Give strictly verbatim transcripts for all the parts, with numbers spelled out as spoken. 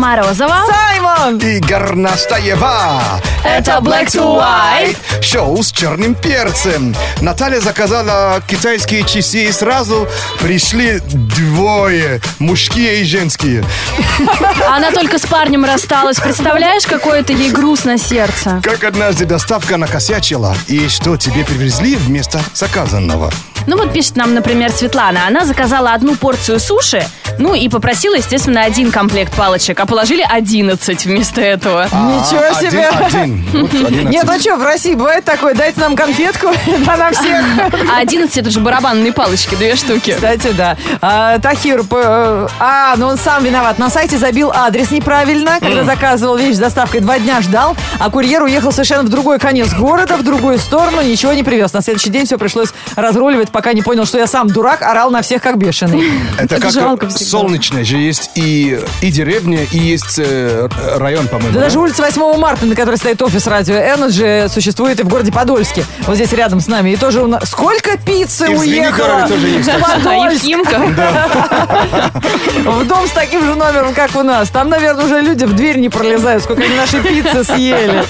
Морозова, Саймон и Горностаева. Это Black to White. Шоу с черным перцем. Наталья заказала китайские часы, и сразу пришли двое, мужские и женские. Она только с парнем рассталась. Представляешь, какое это ей груз на сердце. Как однажды доставка накосячила, и что тебе привезли вместо заказанного? Ну вот пишет нам, например, Светлана. Она заказала одну порцию суши, ну и попросила, естественно, один комплект палочек, а положили одиннадцать вместо этого. Ничего А, себе. Один, один. Вот одиннадцать. Нет, ну что, в России бывает такое, дайте нам конфетку, да на всех. А одиннадцать это же барабанные палочки, две штуки. Кстати, да. А, Тахир, п- а, ну он сам виноват. На сайте забил адрес неправильно, когда заказывал вещь с доставкой, два дня ждал, а курьер уехал совершенно в другой конец города, в другую сторону, ничего не привез. На следующий день все пришлось разруливать, пока не понял, что я сам дурак, орал на всех как бешеный. Это, Это как жалко всегда. Солнечная же есть и, и деревня, и есть э, район, по-моему. Да даже улица восьмого марта, на которой стоит офис радио Energy, существует и в городе Подольске. Вот здесь рядом с нами. И тоже у нас... Сколько пиццы И в уехало Звенигороде тоже есть. в А Подольск? Евхимка? В дом с таким же номером, как у нас. Там, наверное, уже люди в дверь не пролезают, сколько они нашей пиццы съели.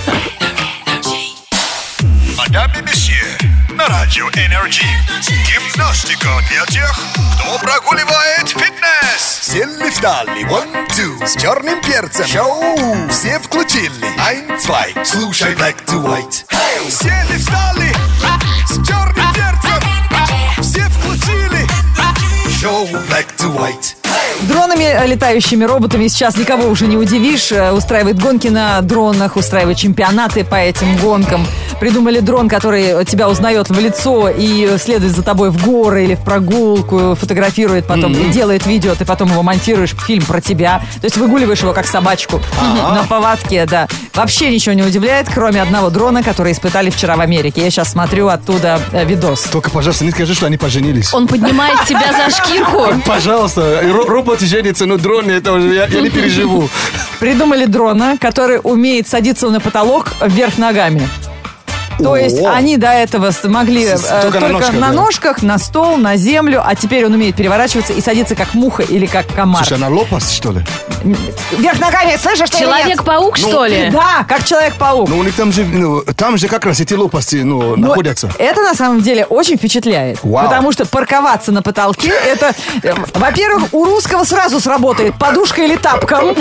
Мадам и месье, на радио Energy. Гимнастика для тех, кто прогуливает фитнес. Сели, встали, one, two, с черным перцем. Шоу все включили. Ein, zwei, слушай Black to White. Сели, встали, с черным перцем. Все включили. Шоу Black to White. Дронами, летающими роботами сейчас никого уже не удивишь. Устраивает гонки на дронах, устраивает чемпионаты по этим гонкам. Придумали дрон, который тебя узнает в лицо и следует за тобой в горы или в прогулку, фотографирует потом, mm-hmm. и делает видео, ты потом его монтируешь, фильм про тебя. То есть выгуливаешь его как собачку mm-hmm. на поводке, да. Вообще ничего не удивляет, кроме одного дрона, который испытали вчера в Америке. Я сейчас смотрю оттуда э, видос. Только, пожалуйста, не скажи, что они поженились. Он поднимает тебя за шкирку. Пожалуйста, ро- робот женится, но дрон, это уже я, я не переживу. Придумали дрона, который умеет садиться на потолок вверх ногами. То О. есть они до этого могли С- э, только только, на ножках, на да. ножках, на стол, на землю, а теперь он умеет переворачиваться и садиться как муха или как комар. Слушай, она лопасть, что ли? Вверх ногами, слышишь, что или нет? Человек-паук, что ли? Да, как Человек-паук. Ну, у них там же, ну, там же как раз эти лопасти, ну, Но находятся. это на самом деле очень впечатляет. Вау. Потому что парковаться на потолке, это, э, во-первых, у русского сразу сработает подушка или тапком.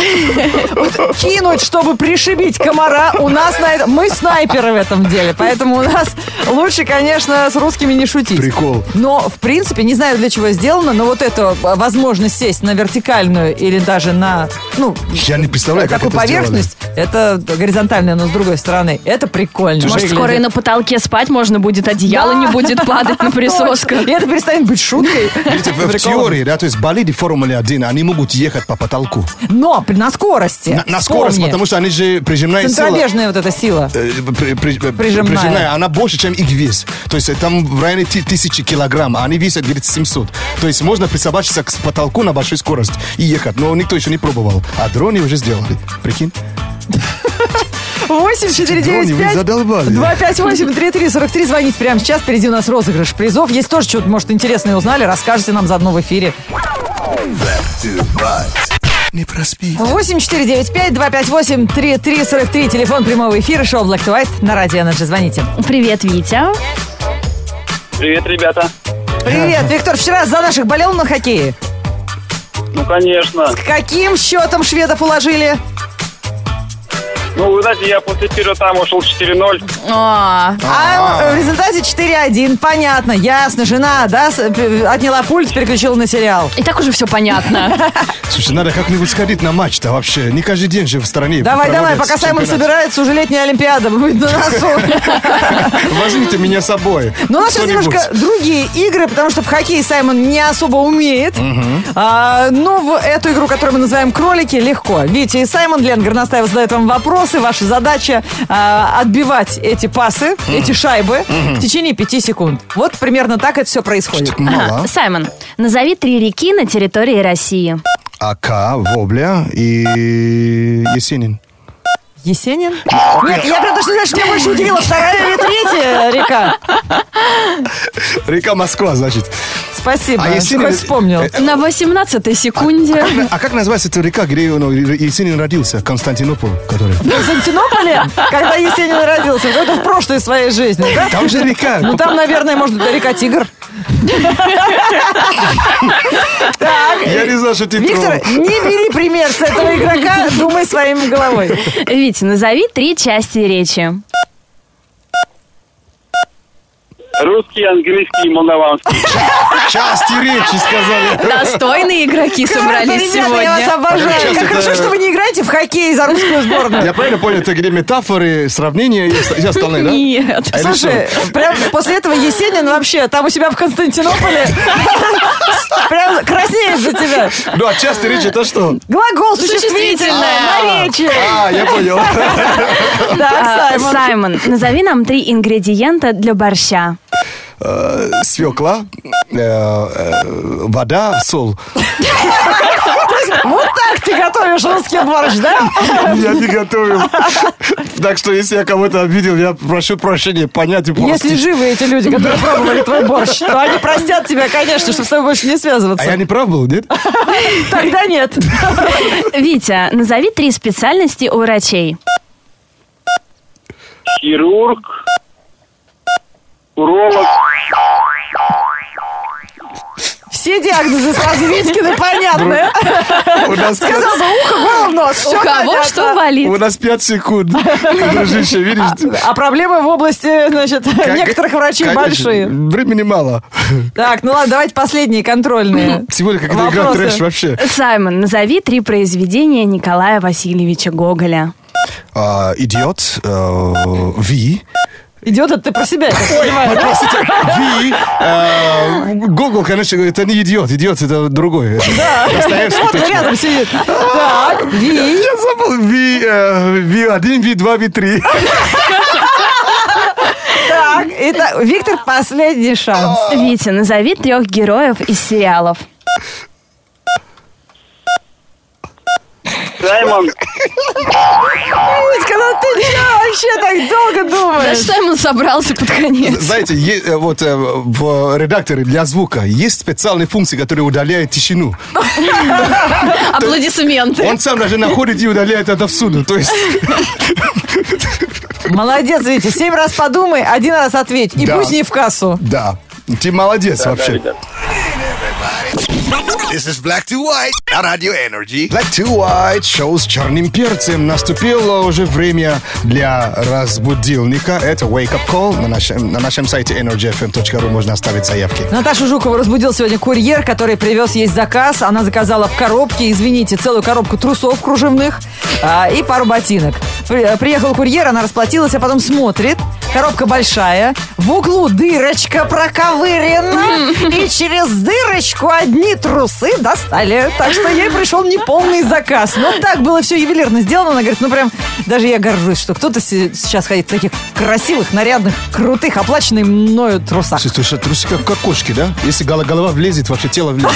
Вот кинуть, чтобы пришибить комара, у нас на это... Мы снайперы в этом деле, поэтому у нас лучше, конечно, с русскими не шутить. Прикол. Но, в принципе, не знаю, для чего сделано, но вот эта возможность сесть на вертикальную или даже на, ну, Я не представляю, как такую это поверхность, это горизонтальная, но с другой стороны, это прикольно. Может, выглядит. скоро и на потолке спать можно будет, одеяло Да. не будет падать на присосках. Точно. И это перестанет быть шуткой. Видите, в, в теории, да, то есть болиды Формулы один, они могут ехать по потолку. Но при- на скорости. На, на скорость, вспомни. потому что они же прижимная сила. Центробежная вот эта сила. э, при- при- Прижимная. прижимная, она больше, чем их вес. То есть э, там в районе ти- тысячи килограмм, а они весят где-то семьсот. То есть можно присобачиться к потолку на большой скорости и ехать, но никто еще не пробовал. А дроны уже сделали. Прикинь? восемь четыре девять Дрони, вы пять задолбали. два пять восемь три три сорок три. Звоните прямо сейчас. Впереди у нас розыгрыш призов. Есть тоже что-то, может, интересное узнали. Расскажете нам заодно в эфире. Black to White. Не проспи. восемь четыре девять пять два пять восемь три три сорок три. Телефон прямого эфира. Шоу Black to White на радио Energy. Звоните. Привет, Витя. Привет, ребята. Привет, Виктор. Вчера за наших болел на хоккее. Ну, конечно. С каким счетом шведов уложили? Ну, вы знаете, я после первого тайма ушел четыре ноль. А, А в результате четыре один. Понятно, ясно. Жена, да, с- п- отняла пульт, переключила на сериал. и так уже все понятно. Слушай, надо как-нибудь сходить на матч-то вообще. Не каждый день же в стране. Давай, давай, проводят пока Саймон чемпионат. собирается, уже летняя Олимпиада будет на носу. Возьмите меня с собой. Но у нас сейчас Кто-нибудь. немножко другие игры, потому что в хоккей Саймон не особо умеет. А, но в эту игру, которую мы называем «Кролики», легко. Витя и Саймон, Лен Горностаева задают вам вопросы. Ваша задача а, отбивать эти пасы, эти шайбы в течение пяти секунд. Вот примерно так это все происходит. Так мало. Ага. Саймон, назови три реки на территории России. Ака, Вобля и Есенин. Есенин? Нет, я прям даже не знаю, что меня больше удивила, вторая или третья река. Река Москва, значит. Спасибо, А что Есенин- хоть вспомнил. На восемнадцатой секунде. А как называется эта река, где ну, Есенин родился? Константинополь, который. В Константинополе, когда Есенин родился, это в прошлой своей жизни, да? Там же река. Ну, там, наверное, может быть, река Тигр. Я не знаю, что ты Виктор, трогал. не бери пример с этого игрока, думай своей головой. Витя, назови три части речи. Русский, английский и молдаванский. Части речи сказали. Достойные игроки собрались Ребята, я вас сегодня. обожаю. Сейчас Как это- хорошо, что вы не играете в хоккей за русскую сборную. Я правильно понял, это где метафоры, сравнения и ост- и остальные, да? Нет. А или Слушай, прям после этого Есенин вообще там у себя в Константинополе прям краснеет за тебя. что? Ну, а части речи это что? Глагол существительное Существительное. наречие. А, я понял. Так, А, Саймон. Саймон, назови нам три ингредиента для борща. Э, Свекла, э, э, вода, соль. Вот так ты готовишь русский борщ, да? Я не готовил. Так что, если я кого-то обидел, я прошу прощения, понять и Если простить. живы эти люди, которые пробовали твой борщ, то они простят тебя, конечно, чтобы с тобой больше не А я связываться. не прав был, нет? Тогда нет. Витя, назови три специальности у врачей. Хирург, уролог. Все диагнозы сразу Витькины понятны. У нас пять, Сказал бы ухо, горло, нос. У Все кого понятно. что болит? у нас пять секунд. Дружище, видишь? А проблемы в области, значит, Как- некоторых врачей конечно, большие. Времени мало. Так, ну ладно, давайте последние контрольные. Сегодня какая-то игра Вопросы. трэш вообще. Саймон, назови три произведения Николая Васильевича Гоголя. А, идиот, э, Ви. Идиот, это ты про себя, я так понимаю. да? Простите, Ви. э, Гогол, конечно, это не идиот. Идиот это другой. Это Достоевский. Вот он точно. рядом сидит. Так, Ви. Я забыл. Ви, э, Ви один, Ви два, Ви три. Так, итак, Виктор, последний шанс. Витя, назови трех героев из сериалов. Саймон, Витька, ну ты что вообще так долго Да думаешь? что ему собрался под конец? Знаете, е- э, вот э, в редакторе для звука есть специальные функции, которые удаляют тишину. Аплодисменты. Он сам даже находит и удаляет отовсюду. То есть, Молодец, Витя, семь раз подумай, один раз ответь. И Да. пусть не в кассу. да. Ты молодец да, вообще. ребят. This is Black to White на радио Energy. Black to White, шоу с черным перцем. Наступило уже время для разбудилника. Это Wake Up Call. На нашем, на нашем сайте energy f m точка ru можно оставить заявки. Наташу Жукову разбудил сегодня курьер, который привез ей заказ. Она заказала в коробке, извините, целую коробку трусов кружевных а, и пару ботинок. При- Приехал курьер, она расплатилась, а потом смотрит. Коробка большая, в углу дырочка проковырена, и через дырочку одни трусы достали. Так что ей пришел неполный заказ. Но так было все ювелирно сделано. Она говорит, ну прям, даже я горжусь, что кто-то се- сейчас ходит в таких красивых, нарядных, крутых, оплаченных мною трусах. Слушай, слушай, трусы как, как кошки, да? Если голова, голова влезет, вообще тело влезет.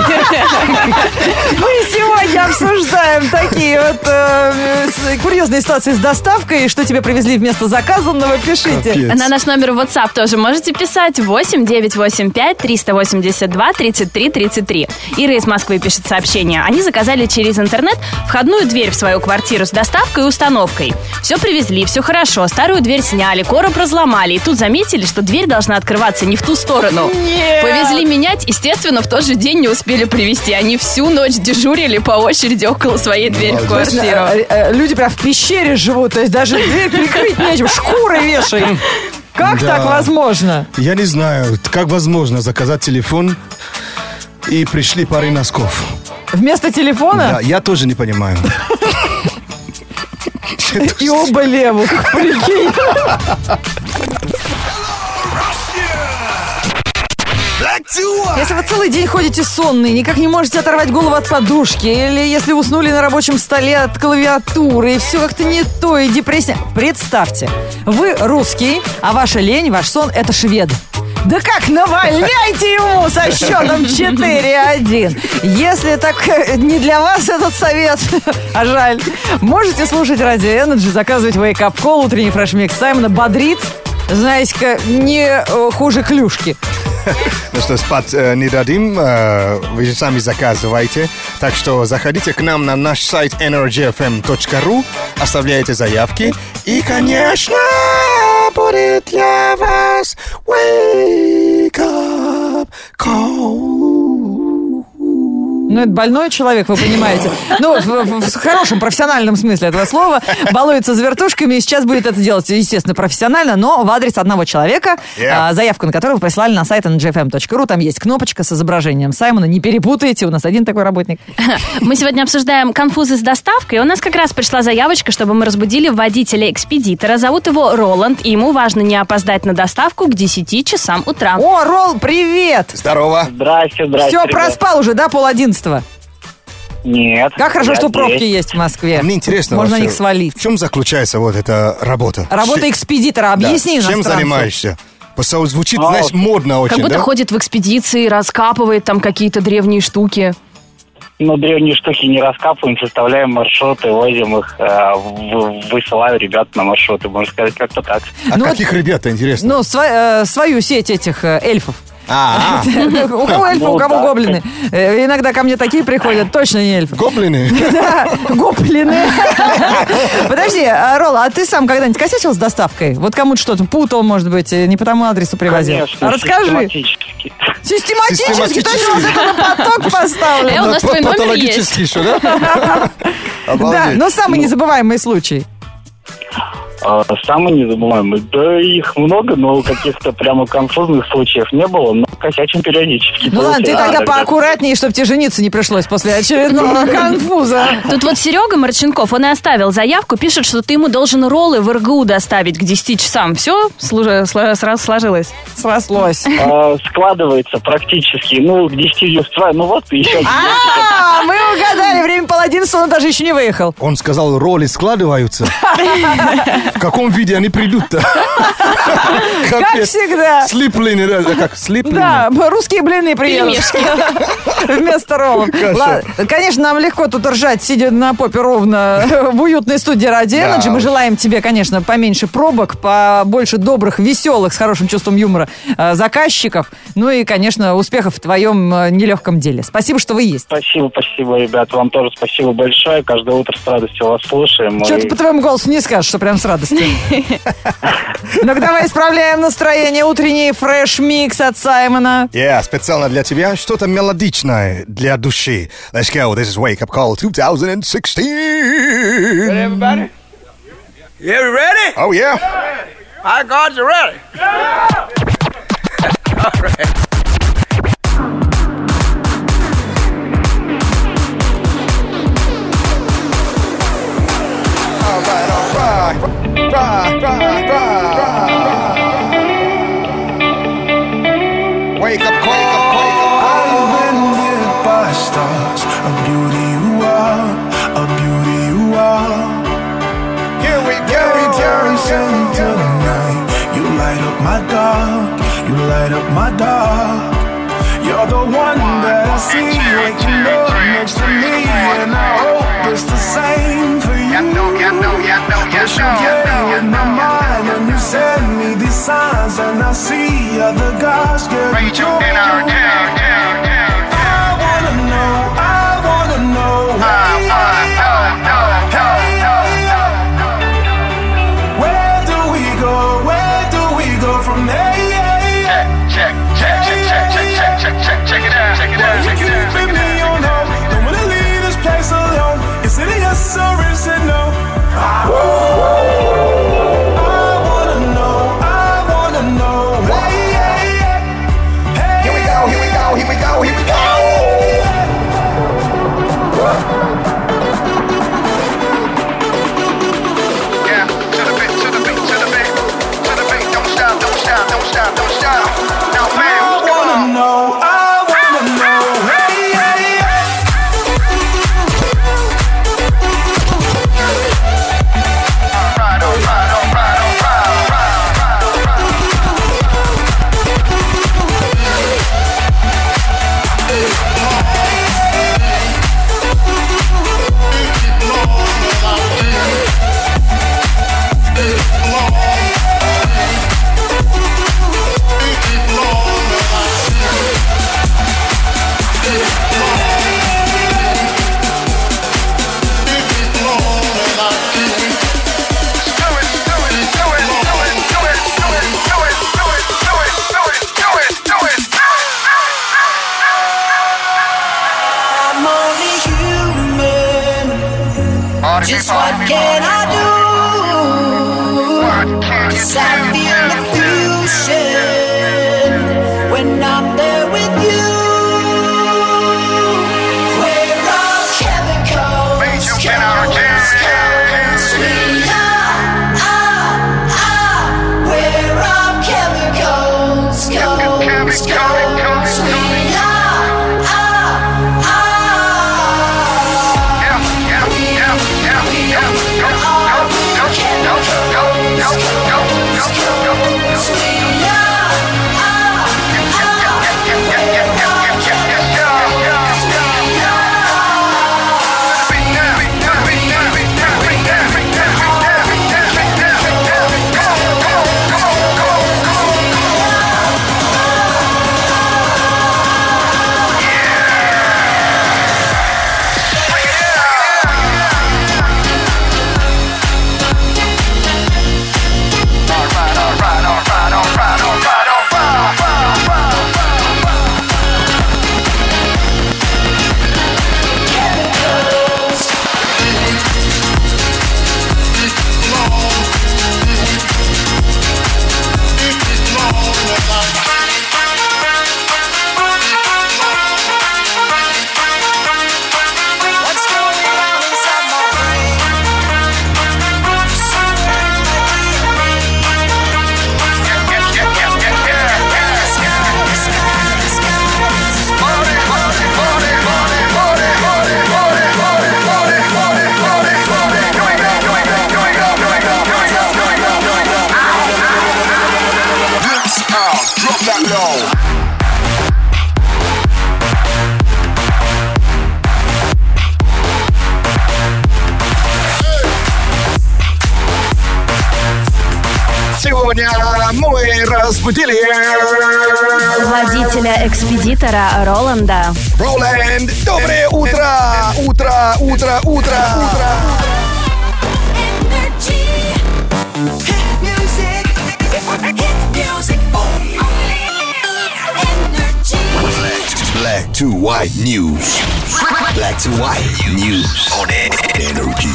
Мы сегодня обсуждаем такие вот э, с- курьезные ситуации с доставкой. Что тебе привезли вместо заказанного, пишите. Капец. На наш номер в WhatsApp тоже можете писать восемь девятьсот восемьдесят пять триста восемьдесят два тридцать три тридцать три. Ира из Москвы пишет сообщение. Они заказали через интернет входную дверь в свою квартиру с доставкой и установкой. Все привезли, все хорошо. Старую дверь сняли, короб разломали. И тут заметили, что дверь должна открываться не в ту сторону. Нет. Повезли менять, естественно, в тот же день не успели привезти. Они всю ночь дежурили по очереди около своей двери в То есть, квартиру. э, э, люди прям в пещере живут, то есть даже дверь прикрыть нечем, шкуры вешают. Как Да. так возможно? Я не знаю, как возможно заказать телефон и пришли пары носков. Вместо телефона Да, я тоже не понимаю. и оба левых, прикинь. Black to White. Если вы целый день ходите сонные, никак не можете оторвать голову от подушки, или если уснули на рабочем столе от клавиатуры, и все как-то не то, и депрессия. Представьте, вы русский, а ваша лень, ваш сон – это швед. Да как, наваляйте ему со счетом четыре один. Если так не для вас этот совет, а жаль, можете слушать Радио Energy, заказывать Wake Up Call, утренний фреш-микс Саймона, бодрит, знаете-ка, не э, хуже клюшки. Ну что, спать э, не дадим, э, вы же сами заказываете. Так что заходите к нам на наш сайт энерджи эф эм точка ру, оставляйте заявки. И, конечно, будет для вас Wake Up Call. Ну, это больной человек, вы понимаете. Ну, в, в, в хорошем профессиональном смысле этого слова. Балуется с вертушками и сейчас будет это делать, естественно, профессионально, но в адрес одного человека, Yeah. а, заявку на которого вы прислали на сайт энерджи эф эм точка ру. Там есть кнопочка с изображением Саймона. Не перепутайте, у нас один такой работник. Мы сегодня обсуждаем конфузы с доставкой. У нас как раз пришла заявочка, чтобы мы разбудили водителя-экспедитора. Зовут его Роланд, и ему важно не опоздать на доставку к десяти часам утра. О, Ролл, привет! Здорово. Здрасте, здрасте. Все, ребят. проспал уже, да, пол одиннадцатого? Нет. Как хорошо, я что пробки здесь. есть в Москве. Мне интересно Можно на вообще, них свалить. в чем заключается вот эта работа? Работа Щ- экспедитора, объясни Да, чем иностранцу. занимаешься? Просто звучит, А, знаешь, модно очень, Как будто да? ходит в экспедиции, раскапывает там какие-то древние штуки. Ну, древние штуки не раскапываем, составляем маршруты, возим их, э, в- высылаю ребят на маршруты, можно сказать, как-то так. А Ну, каких ребят, интересно? Ну, сва- э, свою сеть этих э, эльфов. А, а, У кого эльфы, Ну, у кого да. гоблины. Э, Иногда ко мне такие приходят, точно не эльфы. гоблины? Да, гоблины. Подожди, а, Ролла, а ты сам когда-нибудь косячил с доставкой? Вот кому-то что-то путал, может быть, не по тому адресу привозил? Конечно, А расскажи. систематически. Систематически? То есть у вас это на поток Э, поставлено? у нас твой номер есть. Патологически еще, да? Да, Обалдеть. но самый незабываемый случай. А, Самый незабываемый. Да их много, но каких-то прямо конфузных случаев не было, но косячим периодически. Ну ладно, ты Получается. тогда поаккуратнее, чтобы тебе жениться не пришлось после очередного конфуза. Тут вот Серега Марченков, он и оставил заявку, пишет, что ты ему должен роллы в эр гэ у доставить к десяти часам. Все сразу сложилось? Срослось. А, Складывается практически, ну, к десяти утра, ну вот, еще... А, мы угадали, время пол одиннадцатого, он даже еще не выехал. Он сказал, роли складываются. В каком виде они придут-то? Как всегда. Слиплены, да, как слиплены. Да, русские блины приедут. Вместо роллов. Ладно, конечно, нам легко тут ржать, сидя на попе ровно в уютной студии Радио Да Energy. Мы уж. желаем тебе, конечно, поменьше пробок, побольше добрых, веселых, с хорошим чувством юмора э, заказчиков. Ну и, конечно, успехов в твоем э, нелегком деле. Спасибо, что вы есть. Спасибо, спасибо, ребят. Вам тоже спасибо большое. Каждое утро с радостью вас слушаем. Что И- ты по твоему голосу не скажешь, что прям с радостью. Ну-ка, давай исправляем настроение. Утренний фреш-микс от Саймона. Yeah, специально для тебя что-то мелодичное для души. Let's go. This is Wake Up Call twenty sixteen. Ready, everybody? Yeah, we ready? Oh, yeah. Hi, God, you ready? All right. All right, all right. Right, right, right, right. Wake up call. I've been hit by stars. A beauty you are, a beauty you are. Here we go. Every time into the night, you light up my dark. You light up my dark. You're the one that I see waking up next to me, and I hope it's the same for you. Cause you play with my mind, and you send me these signs, and I see other guys get Radio N R G. I wanna know, I wanna know. Where do we go? Where do we go from there? Check, check, check, check, check, check, check, check, check it out, check it out, You check it out, check keeping it me out. on hold. Don't wanna leave this place alone. Is it a yes or is it no? I wanna know, I wanna know. Hey, hey, hey. Here we go, here we go, Just what can I do? 'Cause I feel the fusion when I'm there with you. We're all chemicals, chemicals, chemicals. We are, are, are. We're all chemicals, chemicals, chemicals. We are, are, are. We are, we are, we're all chemicals, chemicals, chemicals. We are, are, Сегодня мы разбудили водителя-экспедитора Роланда. Роланд, доброе утро, утро, утро, утро, утро. Black to white news. Black to white news on Energy.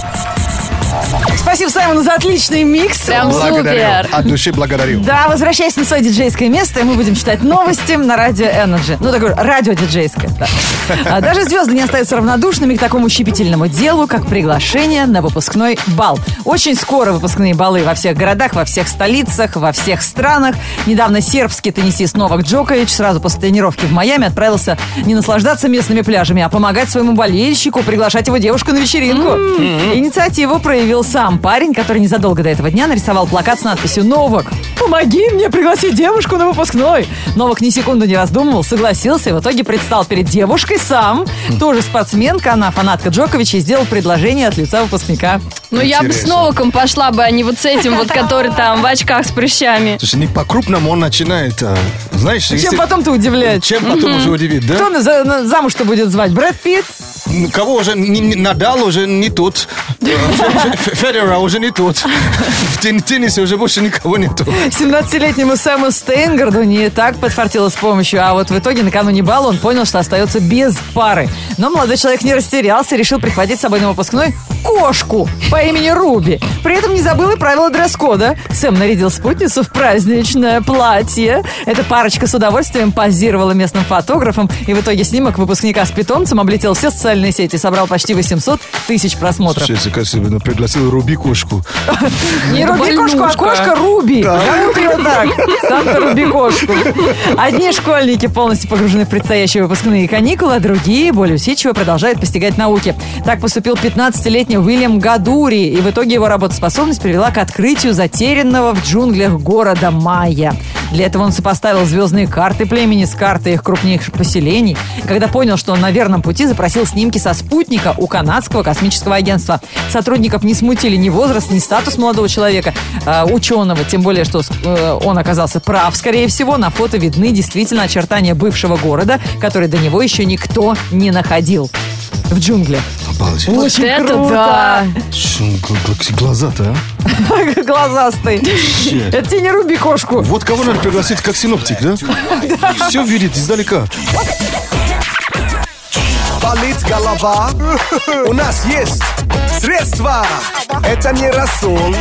Спасибо, Саймону, за отличный микс. Прям Благодарю. супер. От души благодарю. Да, возвращайся на свое диджейское место, и мы будем читать новости на радио Energy. Ну, такое радио-диджейское. Да. А даже звезды не остаются равнодушными к такому щепетильному делу, как приглашение на выпускной бал. Очень скоро выпускные балы во всех городах, во всех столицах, во всех странах. Недавно сербский теннисист Новак Джокович сразу после тренировки в Майами отправился не наслаждаться местными пляжами, а помогать своему болельщику приглашать его девушку на вечеринку. Mm-hmm. Инициативу проявил сам парень, который незадолго до этого дня нарисовал плакат с надписью «Новак, помоги мне пригласить девушку на выпускной». Новак ни секунду не раздумывал, согласился и в итоге предстал перед девушкой сам. Тоже спортсменка, она фанатка Джоковича, и сделал предложение от лица выпускника. Ну, я бы с Новаком пошла бы, а не вот с этим вот, который там в очках с прыщами. Слушай, не по-крупному он начинает, а, знаешь... Чем если- потом-то удивляет? Чем потом уже удивит, да? Кто на- за- на- замуж-то будет звать? Брэд Питт? Ну, Кого уже? Не- не- Надал уже не тот. Фе- Фе- Федерер уже не тот. В тен- теннисе уже больше никого нету. семнадцатилетнему Сэму Стейнгарду не так подфартило с помощью, а вот в итоге накануне бала он понял, что остается без пары. Но молодой человек не растерялся, решил прихватить с собой на выпускной кошку по имени Руби. При этом не забыл и правила дресс-кода. Сэм нарядил спутницу в праздничное платье. Эта парочка с удовольствием позировала местным фотографам, и в итоге снимок выпускника с питомцем облетел все социальные сети, собрал почти восемьсот тысяч просмотров. Слушай, красиво, ну, пригласил Руби кошку. Не Это Руби кошку, а больнушка. кошка Руби. Зовут ее так. Сам-то Руби кошку. Одни школьники полностью погружены в предстоящие выпускные каникулы, а другие, более усидчиво, продолжают постигать науки. Так поступил пятнадцатилетний Уильям Гадури, и в итоге его работоспособность привела к открытию затерянного в джунглях города Майя. Для этого он сопоставил звездные карты племени с картой их крупнейших поселений. Когда понял, что он на верном пути, запросил снимки со спутника у канадского космического агентства. Сотрудников не смутили ни возраст, ни статус молодого человека, э, ученого, тем более, что э, он оказался прав, скорее всего. На фото видны действительно очертания бывшего города, который до него еще никто не находил. В джунглях. Обалдеть. Очень это круто. да. Ш- г- г- Глаза-то, а? Глазастый. Это тебе не Руби кошку. Вот кого надо пригласить как синоптик, да? Все видит издалека. болит голова? У нас есть средства. Это не рассол.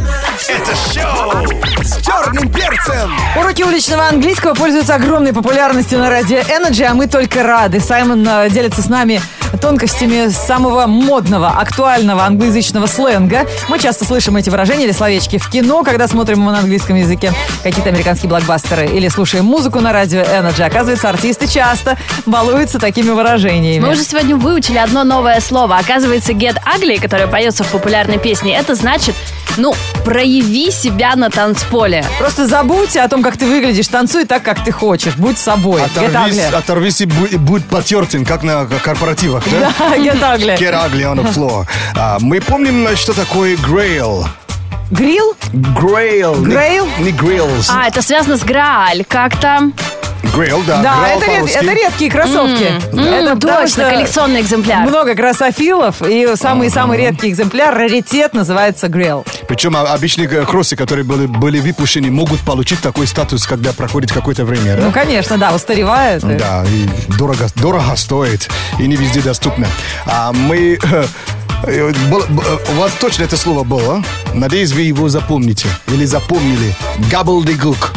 Это шоу с черным перцем. Уроки уличного английского пользуются огромной популярностью на радио Energy, а мы только рады. Саймон э, делится с нами тонкостями самого модного, актуального англоязычного сленга. Мы часто слышим эти выражения или словечки в кино, когда смотрим его на английском языке, какие-то американские блокбастеры, или слушаем музыку на радио Energy. Оказывается, артисты часто балуются такими выражениями. Мы уже сегодня выучили одно новое слово. Оказывается, get ugly, которое поется в популярной песне, это значит, ну, прояви себя на танцполе. Просто забудь о том, как ты выглядишь, танцуй так, как ты хочешь, будь собой. Get Оторвись, ugly. оторвись и бу- будь потертым, как на корпоративах, да? Да, get ugly. Get ugly on the floor. А, мы помним, что такое grail. Грилл? Grail. Grail? Не, не grills. А, это связано с Грааль. Как-то... Grail, да. Да, Grail это, ред- по-русски. это редкие кроссовки. М, Это потому точно, что коллекционный экземпляр. Много кроссофилов, и самый-самый редкий экземпляр, раритет, называется грилл. Причем а, обычные э, кроссы, которые были, были выпущены, могут получить такой статус, когда проходит какое-то время, да? Ну, конечно, да, устаревают. и- Да, и дорого, дорого стоит, и не везде доступно. А мы... э, был- б- у вас точно это слово было? Надеюсь, вы его запомните. Или запомнили. Gobbledygook.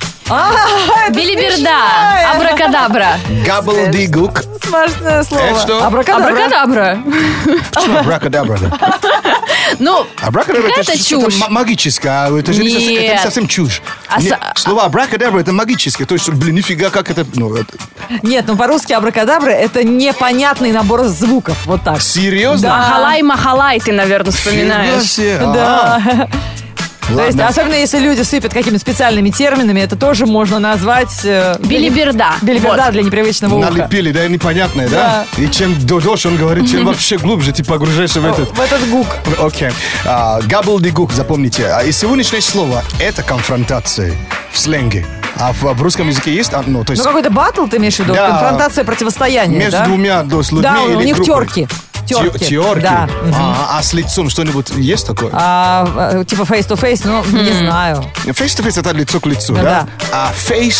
А, это Билиберда, смешная. абракадабра. Gobbledygook. Смешное слово. Это что? Абракадабра. Абракадабра. Почему абракадабра? да? Ну, Абракадабра это какая-то что-то чушь. ма- магическое, а это же не совсем, это не Нет. совсем чушь. А Не- со- Слово абракадабра это магическое, то есть, блин, нифига, как это... Ну, это- Нет, ну по-русски абракадабра это непонятный набор звуков. Вот так. серьезно? Махалай, махалай, ты, наверное, Фига вспоминаешь. себе. Да. Ага. То есть, Ладно. особенно если люди сыпят какими-то специальными терминами, это тоже можно назвать... э, Билиберда. Билиберда Вот. для непривычного уха. Налепили, да, непонятное, да? И чем до- дольше он говорит, чем вообще глубже ты погружаешься в этот... В этот гук. Окей. А, Gobbledygook, запомните. А, и сегодняшнее слово – это конфронтация в сленге. А в, в русском языке есть, а, ну, то Ну, есть какой-то батл ты имеешь в виду? Да. Конфронтация, противостояние, между да? двумя да, с людьми Да, у или них группой. терки. Терки. Те- Терки? Да. Мгм. А, а с лицом что-нибудь есть такое? А, э, типа face-to-face, ну, не знаю. Face-to-face – это лицо к лицу, Да, да? да. А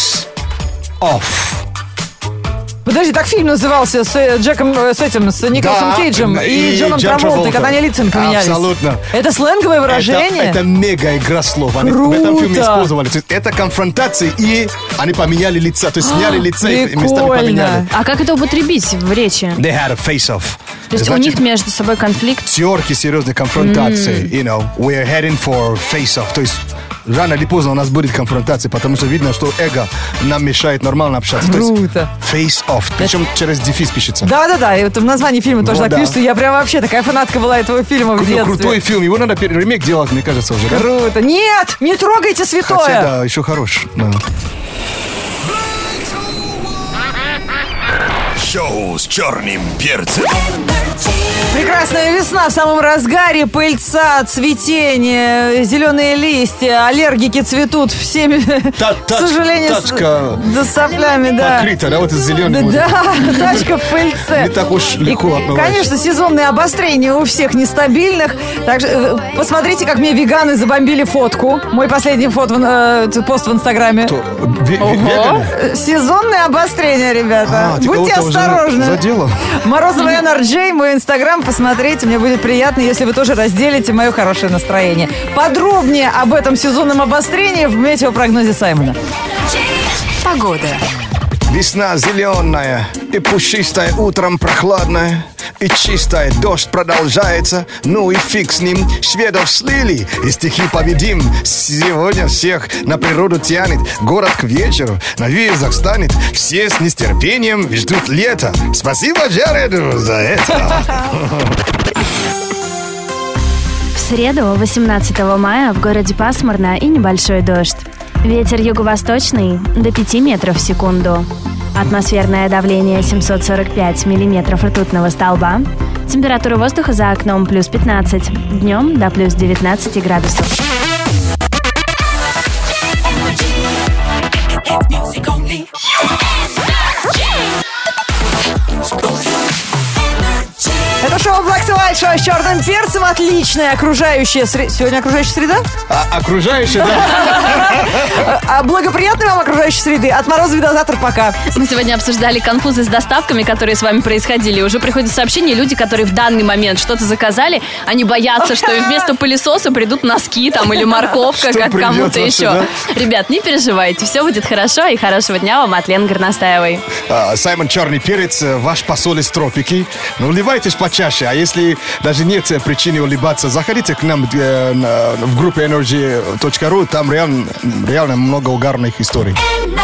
face-off Подожди, так фильм назывался с э, Джеком, э, с этим, с Николасом Да, Кейджем и, и Джоном Джон Траволтой, Траволта. когда они лицами поменялись. Абсолютно. Это сленговое выражение? Это, это мега игра слов. Они в этом фильме Круто. использовали. То есть это конфронтация, и они поменяли лица. То есть сняли лица и местами Прикольно. поменяли. А как это употребить в речи? They had a face-off. То есть у Значит, них между собой конфликт? терки, серьезные конфронтации. You know, we're heading for face-off. То есть рано или поздно у нас будет конфронтация, потому что видно, что эго нам мешает нормально общаться. То есть Круто. face-off. Причем через дефис пишется. Да-да-да, и вот в названии фильма тоже Вот, так да. пишется. Я прям вообще такая фанатка была этого фильма в Ну, детстве. крутой фильм. Его надо пер- ремейк делать, мне кажется, уже. Да? Круто. Нет, не трогайте святое. Хотя, да, еще хорош. Да. Шоу с черным перцем. Прекрасная весна в самом разгаре, пыльца, цветение, зеленые листья, аллергики цветут всеми, Та- к тач- сожалению, с- тачка да, с соплями, да. Покрыта, да, вот это зеленый. Да, тачка в пыльце. Не так уж легко И, отмываешь. конечно, сезонные обострения у всех нестабильных. Так что э, посмотрите, как мне веганы забомбили фотку. Мой последний фото, в- э, пост в Инстаграме. Кто? Ве- ве- веганы? Э, Сезонные обострения, ребята. А, ты Будьте кого-то уже осторожны. задела? Морозова эн ар джей, мой инстаграм, посмотрите. Мне будет приятно, если вы тоже разделите мое хорошее настроение. Подробнее об этом сезонном обострении в метеопрогнозе Саймона. Погода. Весна зеленая и пушистая, утром прохладная и чистая, дождь продолжается, ну и фиг с ним, шведов слили, и стихи победим, сегодня всех на природу тянет, город к вечеру на визах станет, все с нестерпением ждут лета, спасибо Джареду за это. В среду, восемнадцатого мая, в городе пасмурно и небольшой дождь. Ветер юго-восточный до пяти метров в секунду. Атмосферное давление семьсот сорок пять миллиметров ртутного столба. Температура воздуха за окном плюс пятнадцать. Днем до плюс девятнадцать градусов. Это шоу Black to White, шоу с черным перцем. Отличная окружающая среда. Сегодня окружающая среда? А, окружающая, да. А благоприятной вам окружающей среды. От Морозова до завтра, пока. Мы сегодня обсуждали конфузы с доставками, которые с вами происходили. Уже приходят сообщения, люди, которые в данный момент что-то заказали, они боятся, что им вместо пылесоса придут носки там или морковка, как кому-то еще. Ребят, не переживайте, все будет хорошо, и хорошего дня вам от Лены Горностаевой. А, Саймон Черный Перец, ваш посол из тропики. Ну, улыбайтесь почаще, а если даже нет причины улыбаться, заходите к нам э, на, в группу energy точка ру, там реально, реально много угарных историй.